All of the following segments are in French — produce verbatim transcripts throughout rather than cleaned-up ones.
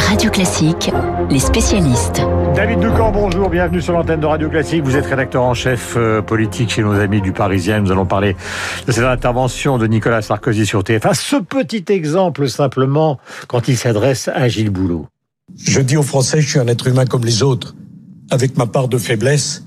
Radio Classique, les spécialistes. David Doucan, bonjour, bienvenue sur l'antenne de Radio Classique. Vous êtes rédacteur en chef euh, politique chez nos amis du Parisien. Nous allons parler de cette intervention de Nicolas Sarkozy sur T F un. Ce petit exemple simplement quand il s'adresse à Gilles Boulot. Je dis aux Français, je suis un être humain comme les autres, avec ma part de faiblesse,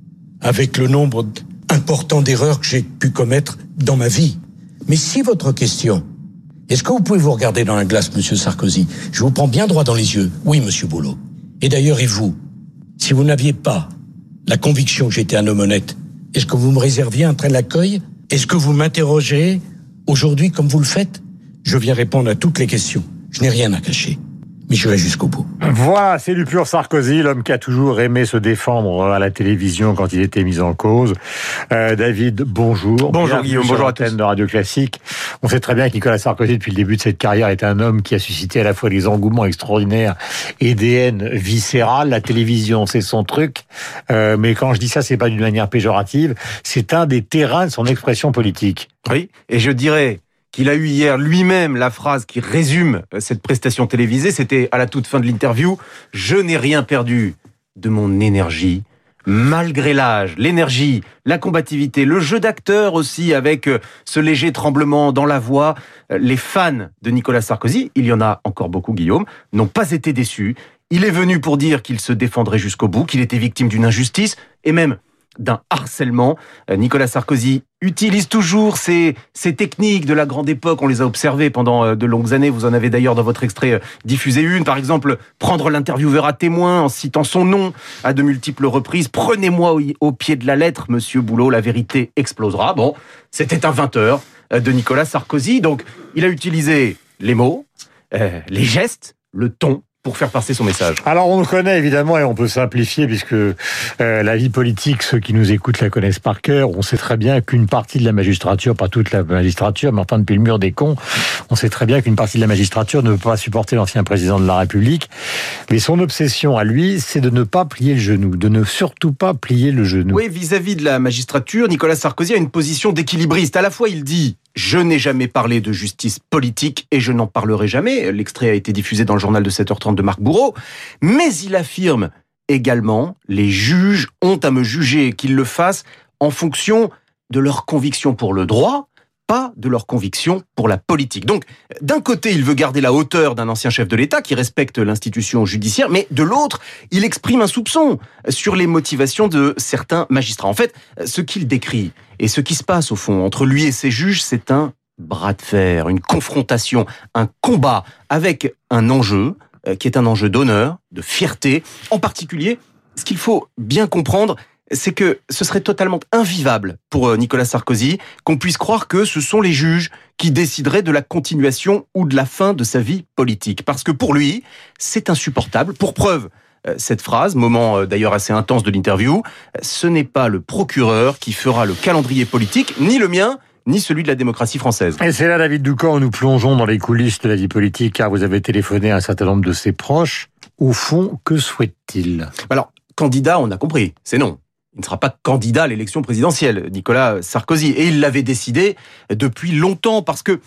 avec le nombre important d'erreurs que j'ai pu commettre dans ma vie. Mais si votre question, est-ce que vous pouvez vous regarder dans la glace, monsieur Sarkozy? Je vous prends bien droit dans les yeux. Oui, monsieur Boulot. Et d'ailleurs, et vous? Si vous n'aviez pas la conviction que j'étais un homme honnête, est-ce que vous me réserviez un train d'accueil? Est-ce que vous m'interrogez aujourd'hui comme vous le faites? Je viens répondre à toutes les questions. Je n'ai rien à cacher. Mais je vais jusqu'au bout. Voilà, c'est du pur Sarkozy, l'homme qui a toujours aimé se défendre à la télévision quand il était mis en cause. Euh, David, bonjour. Bonjour Guillaume, bonjour à tous. De Radio Classique. On sait très bien que Nicolas Sarkozy, depuis le début de cette carrière, est un homme qui a suscité à la fois des engouements extraordinaires et des haines viscérales. La télévision, c'est son truc. Euh, mais quand je dis ça, c'est pas d'une manière péjorative. C'est un des terrains de son expression politique. Oui, et je dirais qu'il a eu hier lui-même la phrase qui résume cette prestation télévisée, c'était à la toute fin de l'interview « Je n'ai rien perdu de mon énergie, malgré l'âge, l'énergie, la combativité, le jeu d'acteur aussi avec ce léger tremblement dans la voix. Les fans de Nicolas Sarkozy, il y en a encore beaucoup Guillaume, n'ont pas été déçus. Il est venu pour dire qu'il se défendrait jusqu'au bout, qu'il était victime d'une injustice et même d'un harcèlement. Nicolas Sarkozy utilise toujours ces, ces techniques de la grande époque. On les a observées pendant de longues années. Vous en avez d'ailleurs dans votre extrait diffusé une. Par exemple, prendre l'intervieweur à témoin en citant son nom à de multiples reprises. Prenez-moi au, au pied de la lettre, monsieur Boulot, la vérité explosera. Bon, c'était un vingt heures de Nicolas Sarkozy. Donc, il a utilisé les mots, euh, les gestes, le ton, pour faire passer son message. Alors on le connaît évidemment et on peut simplifier puisque euh, la vie politique, ceux qui nous écoutent la connaissent par cœur. On sait très bien qu'une partie de la magistrature, pas toute la magistrature, mais enfin depuis le mur des cons, on sait très bien qu'une partie de la magistrature ne peut pas supporter l'ancien président de la République. Mais son obsession à lui, c'est de ne pas plier le genou, de ne surtout pas plier le genou. Oui, vis-à-vis de la magistrature, Nicolas Sarkozy a une position d'équilibriste. À la fois, il dit « Je n'ai jamais parlé de justice politique et je n'en parlerai jamais ». L'extrait a été diffusé dans le journal de sept heures trente de Marc Bourreau. Mais il affirme également « Les juges ont à me juger, qu'ils le fassent en fonction de leurs convictions pour le droit, pas de leurs convictions pour la politique ». Donc, d'un côté, il veut garder la hauteur d'un ancien chef de l'État qui respecte l'institution judiciaire, mais de l'autre, il exprime un soupçon sur les motivations de certains magistrats. En fait, ce qu'il décrit et ce qui se passe au fond entre lui et ses juges, c'est un bras de fer, une confrontation, un combat avec un enjeu qui est un enjeu d'honneur, de fierté. En particulier, ce qu'il faut bien comprendre, c'est que ce serait totalement invivable pour Nicolas Sarkozy qu'on puisse croire que ce sont les juges qui décideraient de la continuation ou de la fin de sa vie politique. Parce que pour lui, c'est insupportable. Pour preuve, cette phrase, moment d'ailleurs assez intense de l'interview, ce n'est pas le procureur qui fera le calendrier politique, ni le mien, ni celui de la démocratie française. Et c'est là, David Doucan, où nous plongeons dans les coulisses de la vie politique, car vous avez téléphoné à un certain nombre de ses proches. Au fond, que souhaite-t-il? Alors, candidat, on a compris, c'est non. Il ne sera pas candidat à l'élection présidentielle, Nicolas Sarkozy. Et il l'avait décidé depuis longtemps, parce que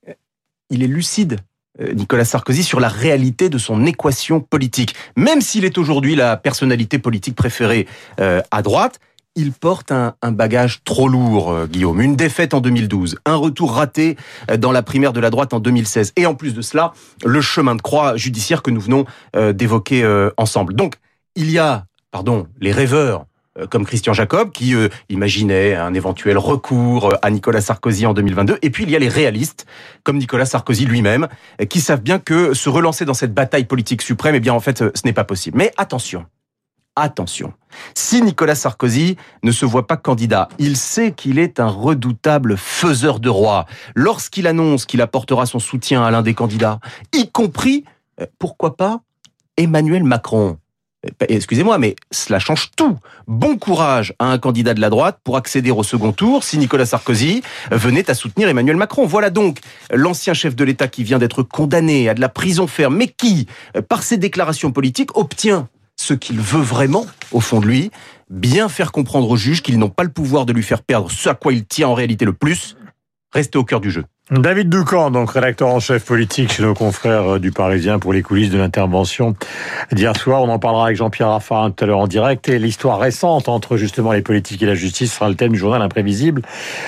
il est lucide, Nicolas Sarkozy, sur la réalité de son équation politique. Même s'il est aujourd'hui la personnalité politique préférée euh, à droite, il porte un, un bagage trop lourd, euh, Guillaume. Une défaite en deux mille douze, un retour raté dans la primaire de la droite en deux mille seize. Et en plus de cela, le chemin de croix judiciaire que nous venons euh, d'évoquer euh, ensemble. Donc, il y a, pardon, les rêveurs, comme Christian Jacob, qui euh, imaginait un éventuel recours à Nicolas Sarkozy en deux mille vingt-deux. Et puis, il y a les réalistes, comme Nicolas Sarkozy lui-même, qui savent bien que se relancer dans cette bataille politique suprême, eh bien, en fait, ce n'est pas possible. Mais attention, attention. Si Nicolas Sarkozy ne se voit pas candidat, il sait qu'il est un redoutable faiseur de roi. Lorsqu'il annonce qu'il apportera son soutien à l'un des candidats, y compris, pourquoi pas, Emmanuel Macron. Excusez-moi, mais cela change tout. Bon courage à un candidat de la droite pour accéder au second tour si Nicolas Sarkozy venait à soutenir Emmanuel Macron. Voilà donc l'ancien chef de l'État qui vient d'être condamné à de la prison ferme, mais qui, par ses déclarations politiques, obtient ce qu'il veut vraiment, au fond de lui, bien faire comprendre aux juges qu'ils n'ont pas le pouvoir de lui faire perdre ce à quoi il tient en réalité le plus, rester au cœur du jeu. David Doucan, donc rédacteur en chef politique chez nos confrères du Parisien pour les coulisses de l'intervention d'hier soir. On en parlera avec Jean-Pierre Raffarin tout à l'heure en direct. Et l'histoire récente entre justement les politiques et la justice sera le thème du journal imprévisible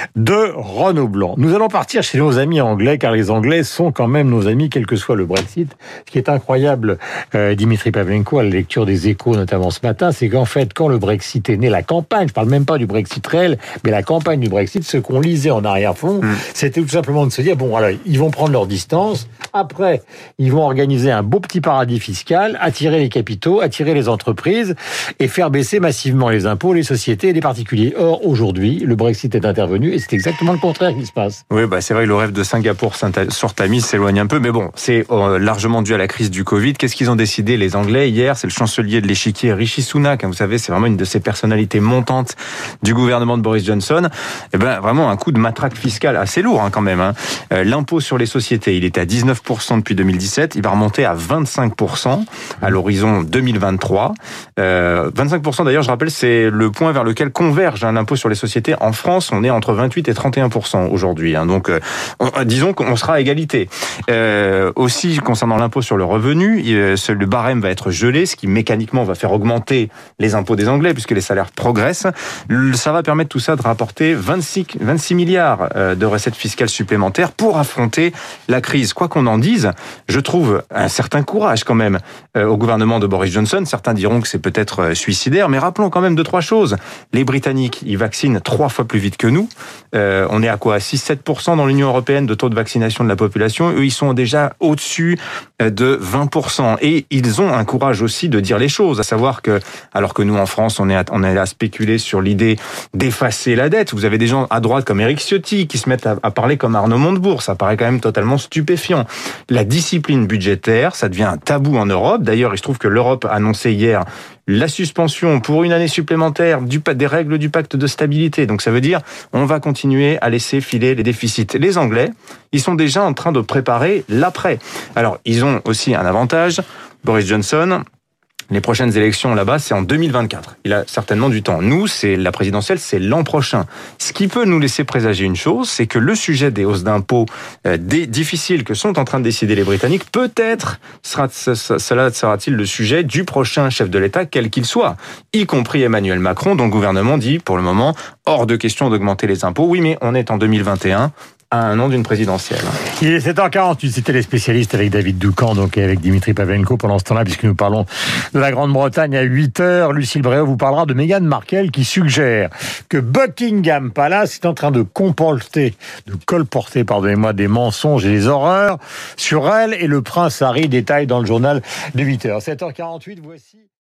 de Renaud Blanc. Nous allons partir chez nos amis anglais, car les Anglais sont quand même nos amis, quel que soit le Brexit. Ce qui est incroyable, euh, Dimitri Pavlenko, à la lecture des Échos notamment ce matin, c'est qu'en fait, quand le Brexit est né, la campagne, je parle même pas du Brexit réel, mais la campagne du Brexit, ce qu'on lisait en arrière-fond, mmh. c'était tout simplement de se dire, bon, alors, ils vont prendre leur distance. Après, ils vont organiser un beau petit paradis fiscal, attirer les capitaux, attirer les entreprises et faire baisser massivement les impôts, les sociétés et les particuliers. Or, aujourd'hui, le Brexit est intervenu et c'est exactement le contraire qui se passe. Oui, bah, c'est vrai que le rêve de Singapour sur Tamise s'éloigne un peu, mais bon, c'est euh, largement dû à la crise du Covid. Qu'est-ce qu'ils ont décidé, les Anglais, hier? C'est le chancelier de l'échiquier, Rishi Sunak. Hein, vous savez, c'est vraiment une de ces personnalités montantes du gouvernement de Boris Johnson. Et ben, vraiment un coup de matraque fiscale assez lourd, hein, quand même. Hein. Euh, L'impôt sur les sociétés, il était à dix-neuf pour cent depuis deux mille dix-sept, il va remonter à vingt-cinq pour cent à l'horizon deux mille vingt-trois. Euh, vingt-cinq pour cent d'ailleurs, je rappelle, c'est le point vers lequel converge un impôt sur les sociétés. En France, on est entre vingt-huit et trente et un pour cent aujourd'hui. Hein, donc, euh, on, disons qu'on sera à égalité. Euh, aussi, concernant l'impôt sur le revenu, euh, le barème va être gelé, ce qui mécaniquement va faire augmenter les impôts des Anglais puisque les salaires progressent. Ça va permettre tout ça de rapporter vingt-six, vingt-six milliards de recettes fiscales supplémentaires pour affronter la crise. Quoi qu'on en dise, je trouve un certain courage quand même euh, au gouvernement de Boris Johnson. Certains diront que c'est peut-être euh, suicidaire, mais rappelons quand même deux, trois choses. Les Britanniques, ils vaccinent trois fois plus vite que nous. Euh, on est à quoi? six à sept pour cent dans l'Union européenne de taux de vaccination de la population. Eux, ils sont déjà au-dessus de vingt pour cent. Et ils ont un courage aussi de dire les choses, à savoir que, alors que nous, en France, on est à, on est à spéculer sur l'idée d'effacer la dette. Vous avez des gens à droite comme Éric Ciotti qui se mettent à, à parler comme Arnaud Montebourg. Ça paraît quand même totalement stupéfiant. La discipline budgétaire, ça devient un tabou en Europe. D'ailleurs, il se trouve que l'Europe a annoncé hier la suspension pour une année supplémentaire du, des règles du pacte de stabilité. Donc ça veut dire on va continuer à laisser filer les déficits. Les Anglais, ils sont déjà en train de préparer l'après. Alors, ils ont aussi un avantage. Boris Johnson, les prochaines élections là-bas, c'est en deux mille vingt-quatre. Il a certainement du temps. Nous, c'est la présidentielle, c'est l'an prochain. Ce qui peut nous laisser présager une chose, c'est que le sujet des hausses d'impôts euh, des, difficiles que sont en train de décider les Britanniques, peut-être sera, cela sera-t-il le sujet du prochain chef de l'État, quel qu'il soit, y compris Emmanuel Macron, dont le gouvernement dit, pour le moment, hors de question d'augmenter les impôts. Oui, mais on est en deux mille vingt et un. À un an d'une présidentielle. Il est sept heures quarante-huit, c'était les spécialistes avec David Doucan, donc et avec Dimitri Pavlenko pendant ce temps-là, puisque nous parlons de la Grande-Bretagne à huit heures. Lucille Bréau vous parlera de Meghan Markle qui suggère que Buckingham Palace est en train de comporter, de colporter, pardonnez-moi, des mensonges et des horreurs sur elle, et le prince Harry détaille dans le journal de huit heures. sept heures quarante-huit, voici...